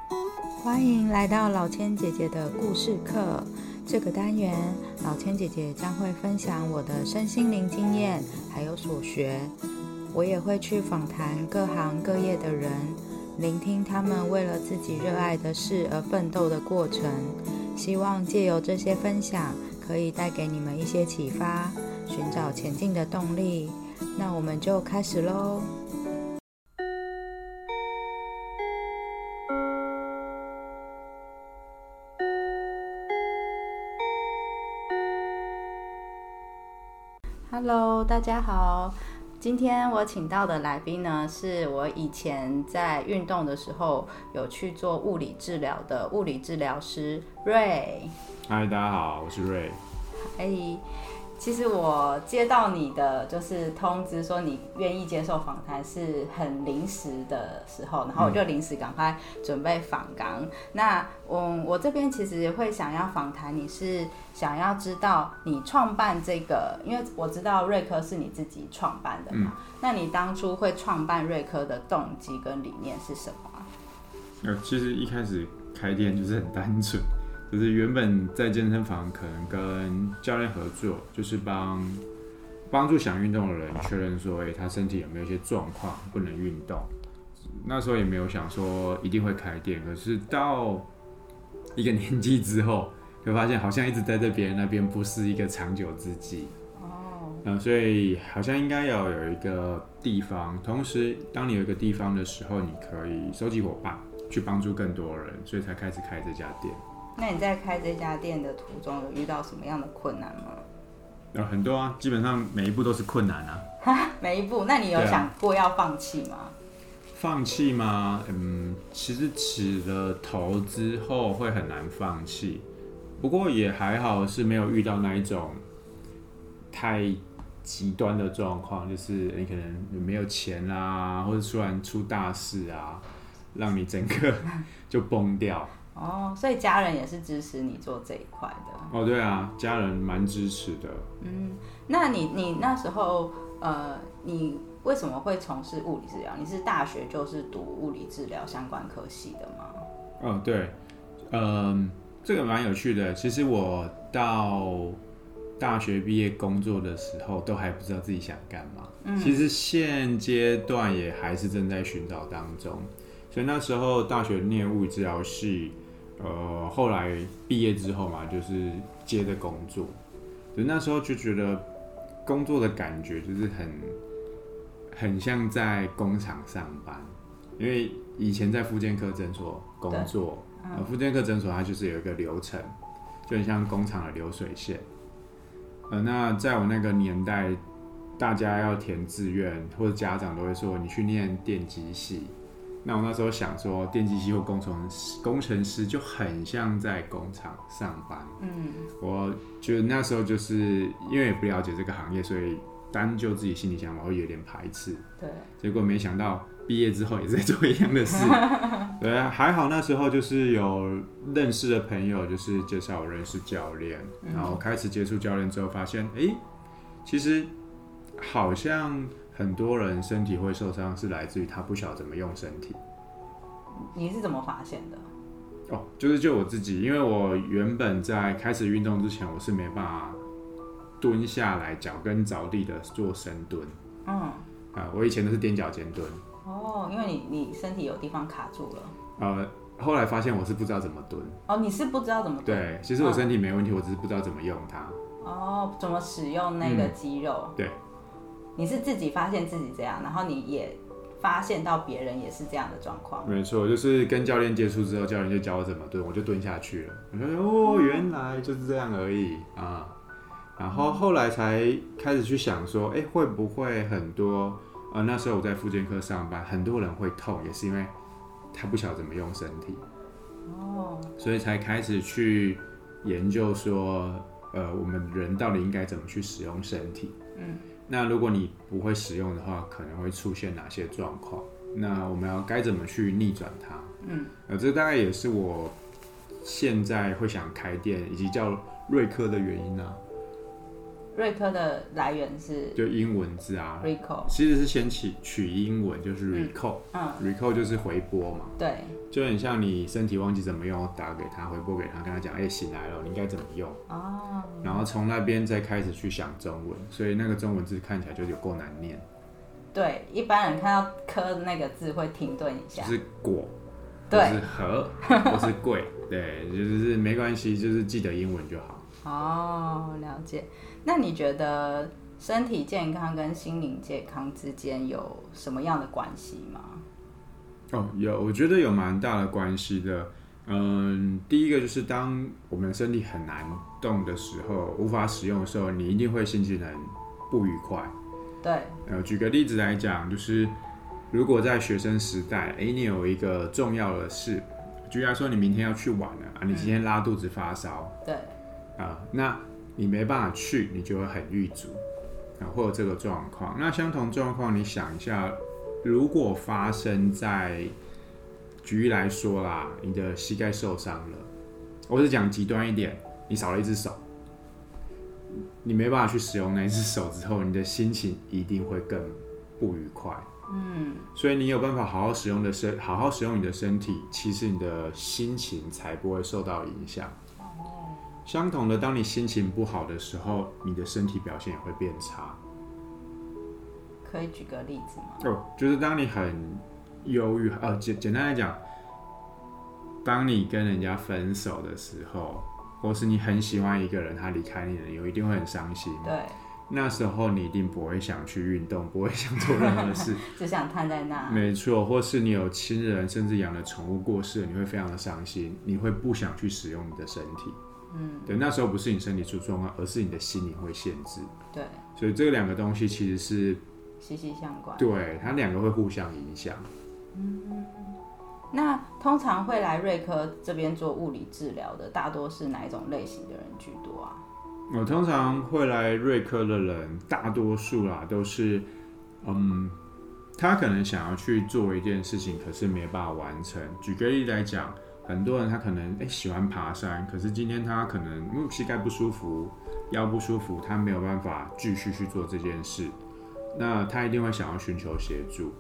欢迎来到老千姐姐的故事课。这个单元，老千姐姐将会分享我的身心灵经验，还有所学。我也会去访谈各行各业的人，聆听他们为了自己热爱的事而奋斗的过程。希望借由这些分享，可以带给你们一些启发，寻找前进的动力。那我们就开始咯。Hello， 大家好。今天我请到的来宾呢，是我以前在运动的时候有去做物理治疗的物理治疗师瑞。 嗨，大家好，我是瑞。 其实我接到你的就是通知说你愿意接受访谈是很临时的时候，然后我就临时赶快准备访纲。那我这边其实会想要访谈你，是想要知道你创办这个，因为我知道瑞科是你自己创办的嘛，那你当初会创办瑞科的动机跟理念是什么啊？ 其实一开始开店就是很单纯。就是原本在健身房可能跟教练合作，就是帮助想运动的人确认说，他身体有没有一些状况不能运动。那时候也没有想说一定会开店，可是到一个年纪之后，就发现好像一直待在别人那边不是一个长久之计。所以好像应该要有一个地方，同时当你有一个地方的时候，你可以收集伙伴去帮助更多人，所以才开始开这家店。 那你在开这家店的途中有遇到什么样的困难吗？ 很多啊，基本上每一步都是困难啊。 每一步？那你有想过要放弃吗？ 放弃吗？其实起了头之后会很难放弃，不过也还好是没有遇到那一种太极端的状况，就是你可能没有钱啊，或者突然出大事啊，让你整个就崩掉。 所以家人也是支持你做这一块的。 对啊，家人蛮支持的。 那你那时候你为什么会从事物理治疗？你是大学就是读物理治疗相关科系的吗？ 对，这个蛮有趣的。其实我到大学毕业工作的时候，都还不知道自己想干嘛。其实现阶段也还是正在寻找当中。所以那时候大学念物理治疗系。后来毕业之后嘛，就是接着工作，所以那时候就觉得工作的感觉就是很像在工厂上班，因为以前在复健科诊所工作，复健科诊所它就是有一个流程，就很像工厂的流水线。那在我那个年代，大家要填志愿或者家长都会说你去念电机系。那我那时候想说，电机系或工程师就很像在工厂上班。我觉得那时候就是因为也不了解这个行业，所以单就自己心里想法会有点排斥。 对。结果没想到毕业之后也是在做一样的事。对啊，还好那时候就是有认识的朋友，就是介绍我认识教练，然后开始接触教练之后，发现其实好像。很多人身体会受伤是来自于他不晓得怎么用身体。 你是怎么发现的？ 就我自己，因为我原本在开始运动之前，我是没办法蹲下来脚跟着地的做深蹲。我以前都是踮脚尖蹲。 因为你身体有地方卡住了。 后来发现我是不知道怎么蹲。 你是不知道怎么蹲？ 对，其实我身体没问题，我只是不知道怎么用它。 怎么使用那个肌肉？ 对。 你是自己发现自己这样，然后你也发现到别人也是这样的状况。 没错，就是跟教练接触之后，教练就教我怎么蹲，我就蹲下去了。我说原来就是这样而已啊。然后后来才开始去想说，会不会很多那时候我在复健科上班，很多人会痛，也是因为他不晓得怎么用身体。所以才开始去研究说，我们人到底应该怎么去使用身体。那如果你不会使用的话，可能会出现哪些状况？那我们该怎么去逆转它？这大概也是我现在会想开店以及叫瑞科的原因啊。 瑞科的来源是就英文字啊 recall， 其实是先取英文，就是 recall，recall 就是回拨嘛， 对， 就很像你身体忘记怎么用，打给他，回拨给他，跟他讲，醒来了，你应该怎么用，然后从那边再开始去想中文，所以那个中文字看起来就有够难念。 对，一般人看到科那个字会停顿一下， 就是果， 对， 或是和，或是贵，对，就是没关系，就是记得英文就好。 了解。那你觉得身体健康跟心灵健康之间有什么样的关系吗？ 有，我觉得有蛮大的关系的。第一个就是当我们身体很难动的时候，无法使用的时候，你一定会心情很不愉快。 对。 举个例子来讲，就是如果在学生时代，你有一个重要的事，举例来说，你明天要去玩了你今天拉肚子发烧， 对。 那你没办法去，你就会很郁卒会有这个状况。那相同状况，你想一下，如果发生在，举例来说啦，你的膝盖受伤了，我是讲极端一点，你少了一只手，你没办法去使用那一只手之后，你的心情一定会更不愉快。所以你有办法好好使用你的身体，其实你的心情才不会受到影响。相同的，当你心情不好的时候，你的身体表现也会变差。 可以举个例子吗？ 就是当你很忧郁，简单来讲，当你跟人家分手的时候，或是你很喜欢一个人，他离开你了，你一定会很伤心。 对。 那时候你一定不会想去运动，不会想做任何事， 只想瘫在那。 没错，或是你有亲人，甚至养的宠物过世了，你会非常的伤心，你会不想去使用你的身体。对，那时候不是你身体出状况，而是你的心灵会限制。 对， 所以这两个东西其实是息息相关。 对，它两个会互相影响。 那通常会来瑞科这边做物理治疗的，大多是哪一种类型的人居多啊？ 我通常会来瑞科的人，大多数啦都是，他可能想要去做一件事情，可是没办法完成。举个例来讲，很多人他可能喜欢爬山，可是今天他可能膝盖不舒服、腰不舒服，他没有办法继续去做这件事，那他一定会想要寻求协助。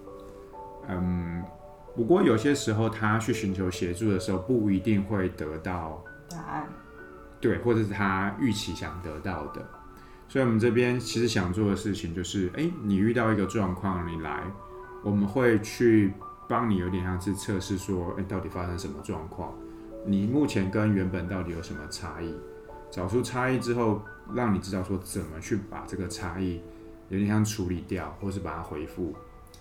不过有些时候他去寻求协助的时候，不一定会得到答案。 对，或者是他预期想得到的。所以我们这边其实想做的事情就是，你遇到一个状况，你来，我们会去帮你，有点像是测试说，到底发生什么状况，你目前跟原本到底有什么差异，找出差异之后，让你知道说怎么去把这个差异有点像处理掉，或是把它恢复。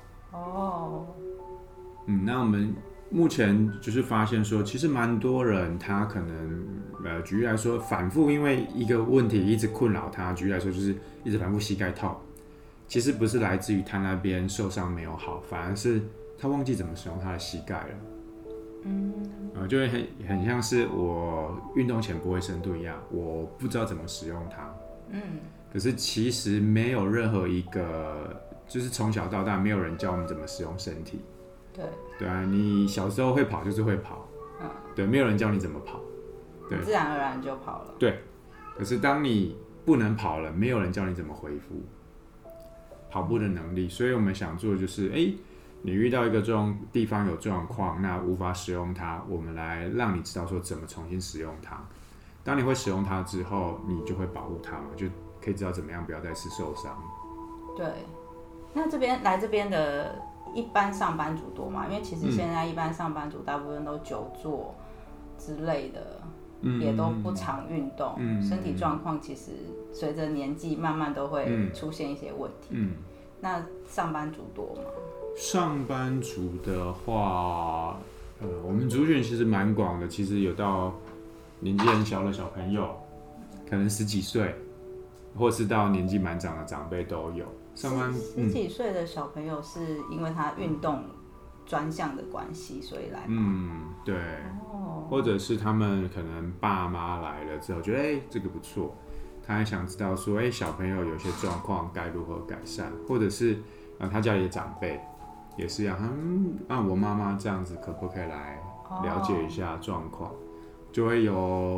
那我们目前就是发现说，其实蛮多人他可能，举例来说，反复因为一个问题一直困扰他，举例来说就是一直反复膝盖痛，其实不是来自于他那边受伤没有好，反而是他忘记怎么使用他的膝盖了。就会很像是我运动前不会深蹲一样，我不知道怎么使用它。可是其实没有任何一个，就是从小到大没有人教我们怎么使用身体。对啊，你小时候会跑就是会跑，对，没有人教你怎么跑，对， 自然而然就跑了。 对，可是当你不能跑了，没有人教你怎么恢复跑步的能力，所以我们想做的就是，你遇到一个地方有状况，那无法使用它，我们来让你知道说怎么重新使用它。当你会使用它之后，你就会保护它嘛，就可以知道怎么样不要再次受伤。 对，那来这边的一般上班族多吗？因为其实现在一般上班族大部分都久坐之类的，也都不常运动，身体状况其实随着年纪慢慢都会出现一些问题。那上班族多吗？ 上班族的话，我们族群其实蛮广的，其实有到年纪很小的小朋友，可能10几岁，或是到年纪蛮长的长辈都有。上班十几岁的小朋友是因为他运动专项的关系，所以来吗？ 对。或者是他们可能爸妈来了之后，觉得这个不错，他还想知道说，小朋友有些状况该如何改善，或者是他家里的长辈也是一样，我妈妈这样子可不可以来了解一下状况，就会有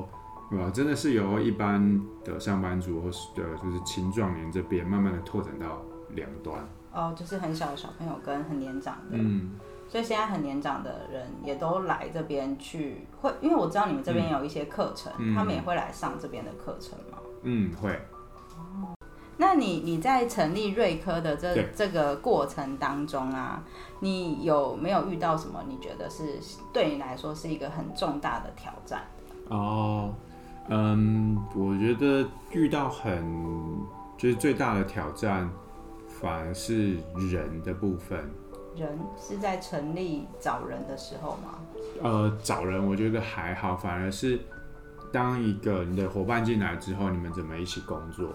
真的是由一般的上班族或是就是青壮年这边，慢慢的拓展到两端。 就是很小的小朋友跟很年长的。所以现在很年长的人也都来这边去，因为我知道你们这边有一些课程，他们也会来上这边的课程吗？ 会。 那你在成立瑞科的这个过程当中啊，你有没有遇到什么你觉得是对你来说是一个很重大的挑战？ 我觉得遇到就是最大的挑战，反而是人的部分。 人是在成立找人的时候吗？找人我觉得还好，反而是当你的伙伴进来之后，你们怎么一起工作？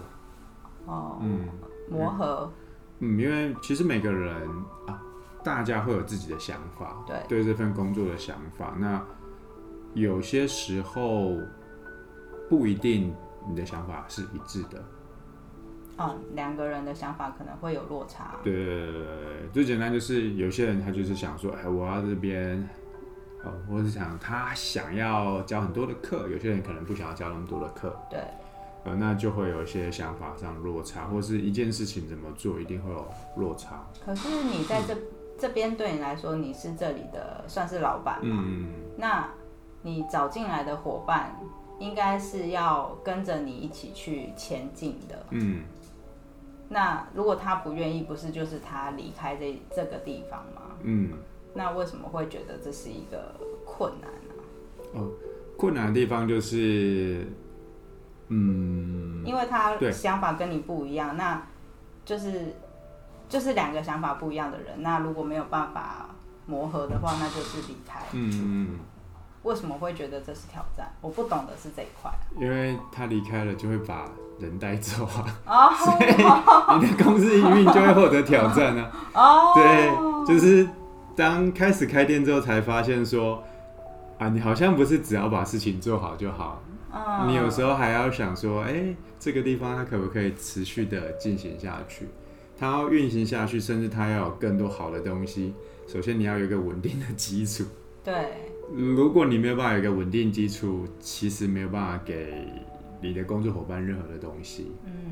磨合。 因为其实每个人大家会有自己的想法，对这份工作的想法。那有些时候不一定你的想法是一致的。 两个人的想法可能会有落差。 对，最简单就是有些人他就是想说，我要这边，或是他想要教很多的课，有些人可能不想要教那么多的课。 对。 那就会有一些想法上落差，或是一件事情怎么做，一定会有落差。 可是你在这边对你来说，你是这里的算是老板嘛？那你找进来的伙伴，应该是要跟着你一起去前进的。那如果他不愿意，不是就是他离开这个地方吗？那为什么会觉得这是一个困难呢？ 困难的地方就是。 因为他想法跟你不一样，那就是两个想法不一样的人，那如果没有办法磨合的话，那就是离开。为什么会觉得这是挑战？我不懂的是这一块。 因为他离开了就会把人带走所以你的公司营运就会获得挑战对，就是当开始开店之后才发现说，你好像不是只要把事情做好就好。你有时候还要想说，这个地方它可不可以持续的进行下去？它要运行下去，甚至它要有更多好的东西。首先你要有一个稳定的基础。 对。 如果你没有办法有一个稳定基础，其实没有办法给你的工作伙伴任何的东西。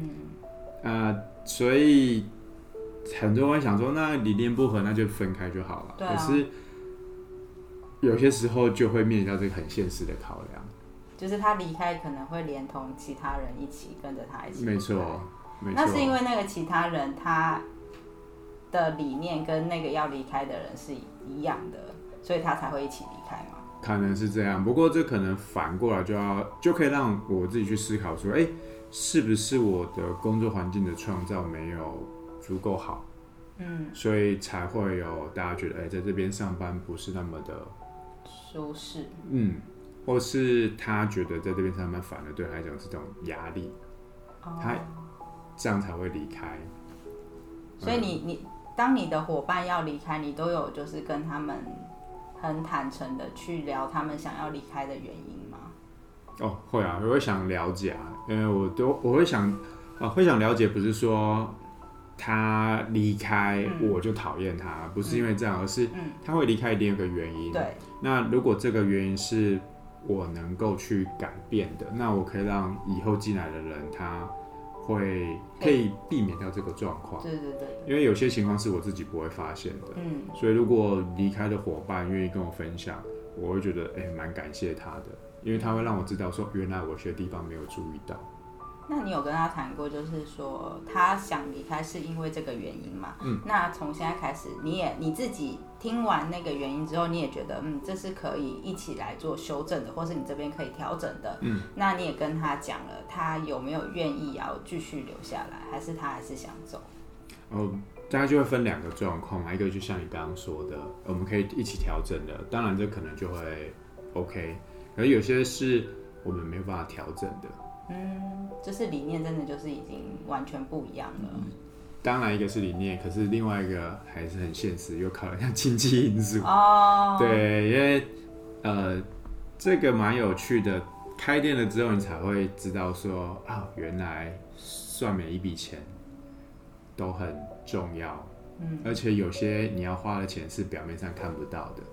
所以很多人想说，那理念不合，那就分开就好了。可是有些时候就会面临到这个很现实的考量。 就是他离开可能会连同其他人一起跟着他一起。 没错。 那是因为那个其他人他的理念跟那个要离开的人是一样的，所以他才会一起离开嘛。 可能是这样，不过这可能反过来就可以让我自己去思考说，是不是我的工作环境的创造没有足够好？所以才会有大家觉得，在这边上班不是那么的舒适。 或是他觉得在这边上班反而对他来讲是这种压力，他这样才会离开。 所以你当你的伙伴要离开，你都有就是跟他们很坦诚的去聊他们想要离开的原因吗？ 会啊，我会想了解因为我会想了解，不是说他离开我就讨厌他，不是因为这样，而是他会离开一定有个原因。 对。 那如果这个原因是我能够去改变的，那我可以让以后进来的人他可以避免掉这个状况。 对。 因为有些情况是我自己不会发现的。所以如果离开的伙伴愿意跟我分享，我会觉得蛮感谢他的，因为他会让我知道说原来我有些地方没有注意到。 那你有跟他谈过，就是说他想离开是因为这个原因嘛？那从现在开始，你自己听完那个原因之后，你也觉得这是可以一起来做修正的，或是你这边可以调整的。那你也跟他讲了，他有没有愿意要继续留下来，还是他还是想走？ 大家就会分两个状况嘛，一个就像你刚刚说的，我们可以一起调整的，当然这可能就会 OK， 可是有些是我们没有办法调整的。 就是理念真的就是已经完全不一样了。 当然一个是理念，可是另外一个还是很现实，又考虑到经济因素。对，因为这个蛮有趣的，开店了之后你才会知道说原来算每一笔钱都很重要。而且有些你要花的钱是表面上看不到的。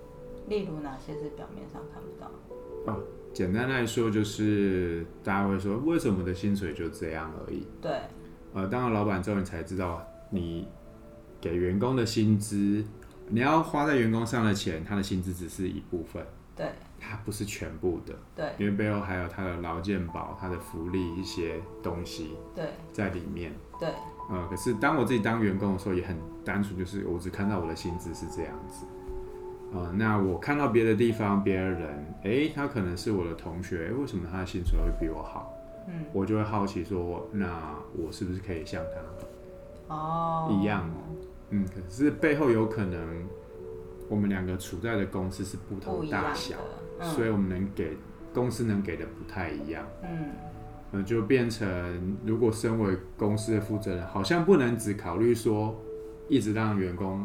例如哪些是表面上看不到？ 简单来说就是大家会说为什么我的薪水就这样而已。 对。 当了老板之后，你才知道你给员工的薪资，你要花在员工上的钱，他的薪资只是一部分， 对， 它不是全部的， 对， 因为背后还有他的劳健保、他的福利一些东西， 对，在里面， 对， 可是当我自己当员工的时候，也很单纯，就是我只看到我的薪资是这样子，那我看到别的地方、别的人，他可能是我的同学，为什么他的薪水会比我好？我就会好奇说，那我是不是可以像他一样？可是背后有可能我们两个处在的公司是不同大小，所以我们公司能给的不太一样。就变成如果身为公司的负责人，好像不能只考虑说一直让员工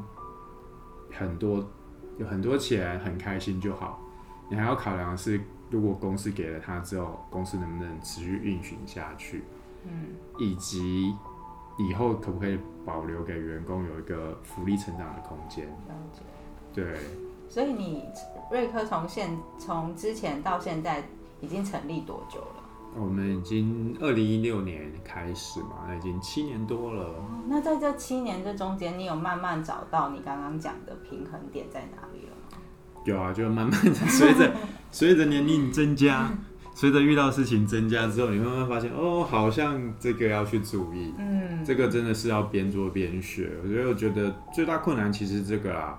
有很多钱很开心就好，你还要考量的是，如果公司给了他之后，公司能不能持续运行下去，以及以后可不可以保留给员工有一个福利成长的空间。 了解。 对。 所以你瑞科从之前到现在已经成立多久了？ 我们已经2016年开始嘛，那已经7年多了。 那在这7年这中间，你有慢慢找到你刚刚讲的平衡点在哪里了吗？ 有啊，就慢慢的随着年龄增加，随着遇到事情增加之后，你会慢慢发现，好像这个要去注意，这个真的是要边做边学。我觉得最大困难其实是这个啦，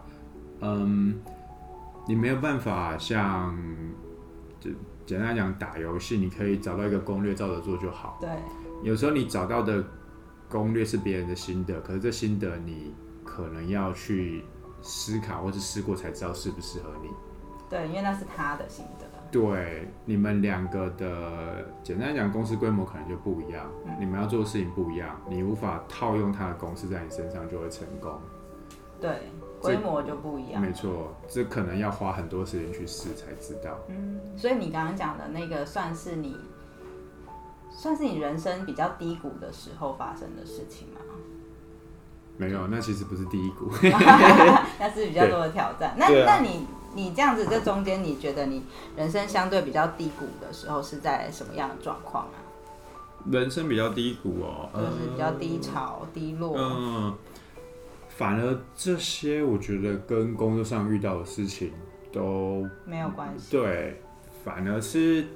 你没有办法像简单来讲，打游戏你可以找到一个攻略，照着做就好。 对。 有时候你找到的攻略是别人的心得，可是这心得你可能要去思考或是试过才知道适不适合你。 对，因为那是他的心得。 对，你们两个的简单来讲，公司规模可能就不一样，你们要做的事情不一样，你无法套用他的公式在你身上就会成功。 对。规模就不一样， 没错，这可能要花很多时间去试才知道。 所以你刚刚讲的那个算是你人生比较低谷的时候发生的事情吗？ 没有，那其实不是低谷， 那是比较多的挑战。那你这样子，这中间你觉得你人生相对比较低谷的时候是在什么样的状况啊？ 人生比较低谷就是比较低潮、低落。 反而这些我觉得跟工作上遇到的事情都没有关系。 对，反而是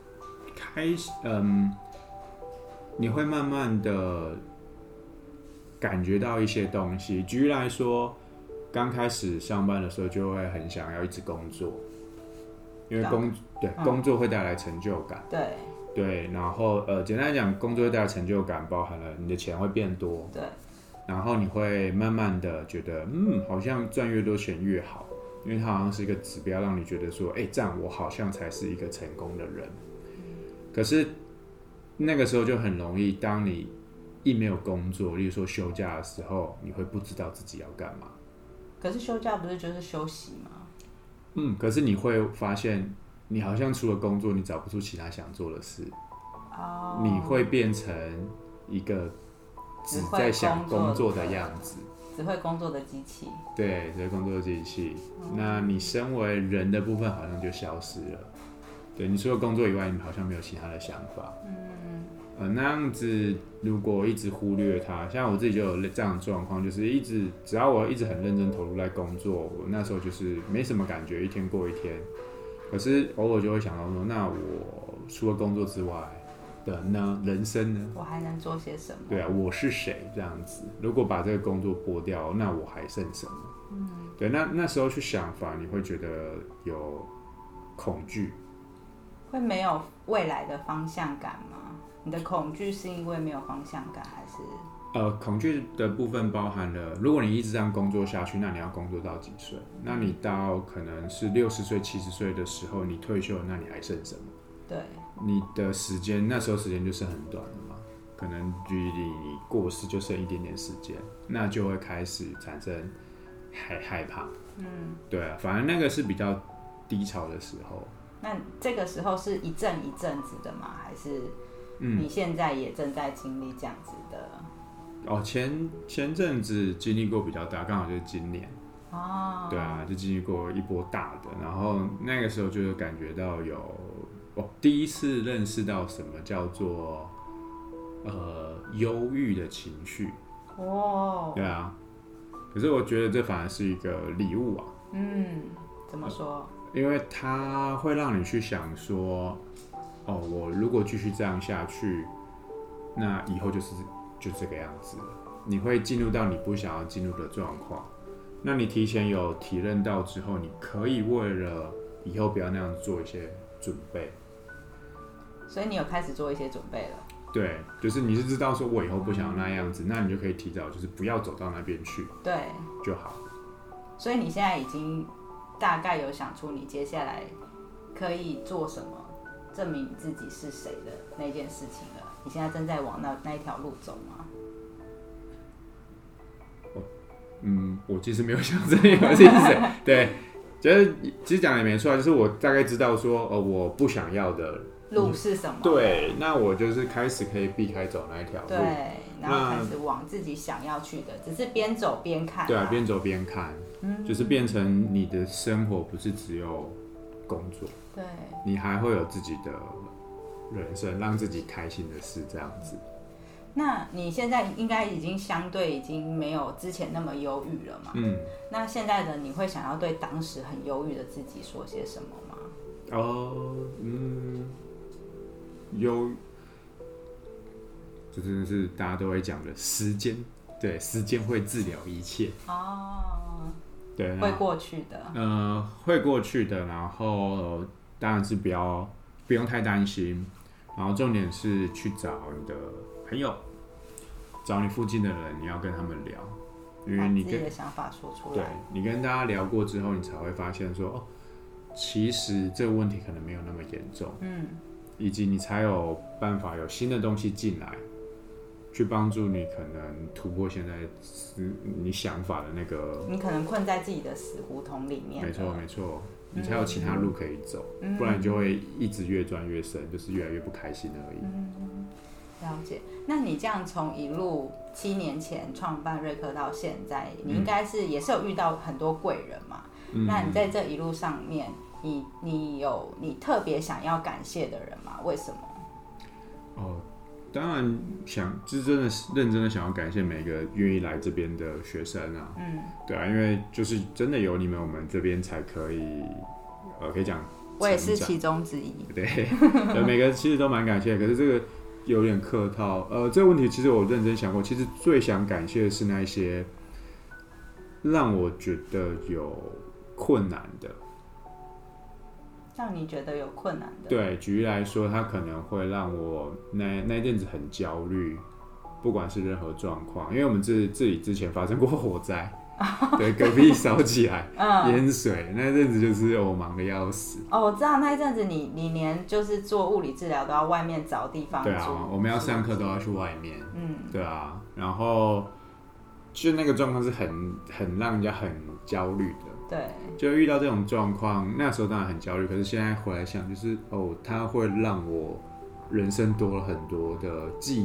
你会慢慢的感觉到一些东西。举例来说，刚开始上班的时候就会很想要一直工作，因为工作会带来成就感。对，然后简单来讲，工作会带来成就感，包含了你的钱会变多。 对。 然后你会慢慢的觉得，好像赚越多钱越好，因为它好像是一个指标，让你觉得说，这样我好像才是一个成功的人。可是那个时候就很容易，当你一没有工作，例如说休假的时候，你会不知道自己要干嘛。 可是休假不是就是休息吗？ 可是你会发现，你好像除了工作，你找不出其他想做的事。你会变成一个只在想工作的样子， 只会工作的机器。 对，只会工作的机器。那你身为人的部分好像就消失了。对，你除了工作以外，你好像没有其他的想法。那样子如果一直忽略它，像我自己就有这样的状况，就是只要我一直很认真投入在工作，我那时候就是没什么感觉，一天过一天。可是偶尔就会想到说，那我除了工作之外的呢，人生呢？ 我还能做些什么？ 对啊，我是谁？这样子，如果把这个工作剥掉，那我还剩什么？对，那时候去想法，你会觉得有恐惧， 会没有未来的方向感吗？你的恐惧是因为没有方向感，还是？ 恐惧的部分包含了，如果你一直这样工作下去，那你要工作到几岁？那你到可能是60岁、70岁的时候，你退休了，那你还剩什么？ 对。 你的时间，那时候时间就是很短的嘛，可能距离你过世就剩一点点时间，那就会开始产生害怕。对啊，反正那个是比较低潮的时候。 那这个时候是一阵一阵子的吗？还是你现在也正在经历这样子的？ 前阵子经历过比较大，刚好就是今年。 对啊，就经历过一波大的，然后那个时候就感觉到第一次认识到什么叫做忧郁的情绪。对啊，可是我觉得这反而是一个礼物啊。 怎么说？ 因为它会让你去想说，我如果继续这样下去，那以后就这个样子了。你会进入到你不想要进入的状况。那你提前有体认到之后，你可以为了以后不要那样做一些准备。 所以你有开始做一些准备了？ 对，就是你是知道说我以后不想要那样子，那你就可以提早就是不要走到那边去， 对， 就好。 所以你现在已经大概有想出你接下来可以做什么，证明你自己是谁的那件事情了。你现在正在往那一条路走吗？ 我其实没有想证明我自己是谁。对，就是其实讲的也没错，就是我大概知道说，我不想要的路是什么？ 对，那我就是开始可以避开走那一条路。 对，然后开始往自己想要去的，只是边走边看。 对啊，边走边看，就是变成你的生活不是只有工作， 对， 你还会有自己的人生，让自己开心的事这样子。 那你现在应该已经相对已经没有之前那么忧郁了嘛？那现在的你会想要对当时很忧郁的自己说些什么吗？ 忧，这真的是大家都会讲的时间，对，时间会治疗一切。对， 会过去的。 会过去的，然后当然是不用太担心，然后重点是去找你的朋友，找你附近的人，你要跟他们聊，因为你把自己的想法说出来。 对，你跟大家聊过之后，你才会发现说，其实这个问题可能没有那么严重，以及你才有办法有新的东西进来，去帮助你可能突破现在你想法的那个， 你可能困在自己的死胡同里面。 没错，你才有其他路可以走，不然你就会一直越钻越深，就是越来越不开心而已。 了解。那你这样从一路7年前创办瑞科到现在，你应该是也是有遇到很多贵人嘛？那你在这一路上面，你有你特别想要感谢的人吗？为什么？ 当然就是真的认真的想要感谢每个愿意来这边的学生啊。对啊，因为就是真的有你们，我们这边才可以可以讲， 我也是其中之一。 对，每个其实都蛮感谢，可是这个有点客套。这个问题其实我认真想过，其实最想感谢的是那些让我觉得有困难的。 让你觉得有困难的？ 对，举例来说，他可能会让我那阵子很焦虑，不管是任何状况，因为我们这里之前发生过火灾，对，隔壁烧起来，淹水，那阵子就是我忙得要死。 我知道那一阵子你连就是做物理治疗都要外面找地方住。 对啊，我们要上课都要去外面。对啊，然后就那个状况是很让人家很焦虑的。 对， 就遇到这种状况，那时候当然很焦虑，可是现在回来想，就是它会让我人生多了很多的技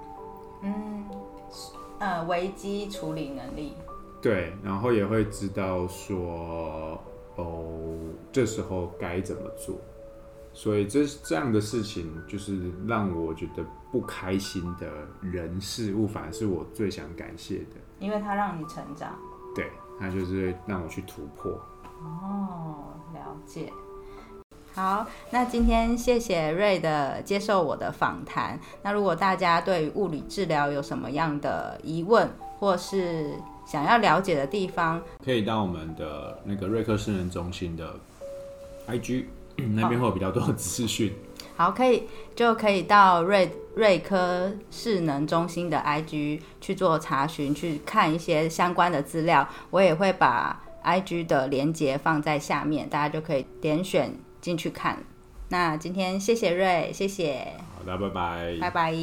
能，危机处理能力。 对，然后也会知道说，这时候该怎么做。所以这样的事情，就是让我觉得不开心的人事物，反而是我最想感谢的， 因为它让你成长。 对。它就是让我去突破。 了解。好，那今天谢谢瑞的接受我的访谈。那如果大家对于物理治疗有什么样的疑问，或是想要了解的地方， 可以到我们的那个瑞科失能中心的 IG 那边会有比较多的资讯。 好，可以到瑞科势能中心的 IG 去做查询，去看一些相关的资料。我也会把 IG 的连结放在下面，大家就可以点选进去看。那今天谢谢瑞，谢谢。 好的，拜拜。 拜拜。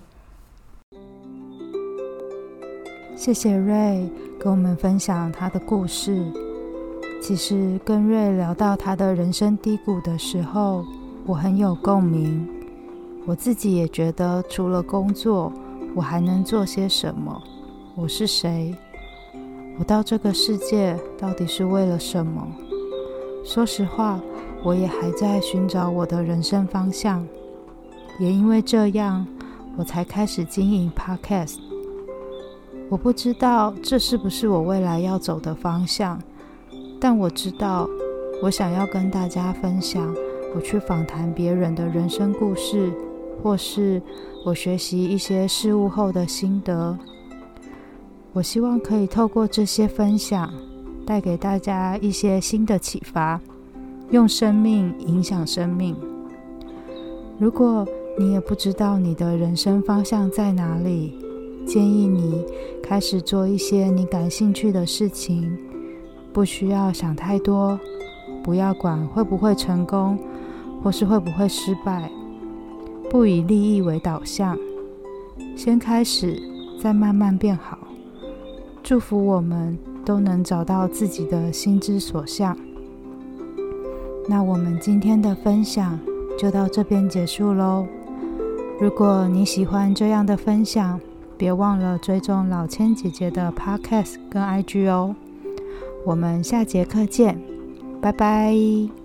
谢谢瑞跟我们分享他的故事。其实跟瑞聊到他的人生低谷的时候，我很有共鸣，我自己也觉得除了工作，我还能做些什么？我是谁？ 我到这个世界到底是为了什么？说实话，我也还在寻找我的人生方向。也因为这样，我才开始经营 Podcast。 我不知道这是不是我未来要走的方向，但我知道我想要跟大家分享我去访谈别人的人生故事，或是我学习一些事物后的心得。我希望可以透过这些分享，带给大家一些新的启发，用生命影响生命。如果你也不知道你的人生方向在哪里，建议你开始做一些你感兴趣的事情，不需要想太多，不要管会不会成功，或是会不会失败，不以利益为导向，先开始，再慢慢变好。祝福我们都能找到自己的心之所向。那我们今天的分享就到这边结束咯。如果你喜欢这样的分享，别忘了追踪老千姐姐的 Podcast 跟 IG 哦。我们下节课见，拜拜。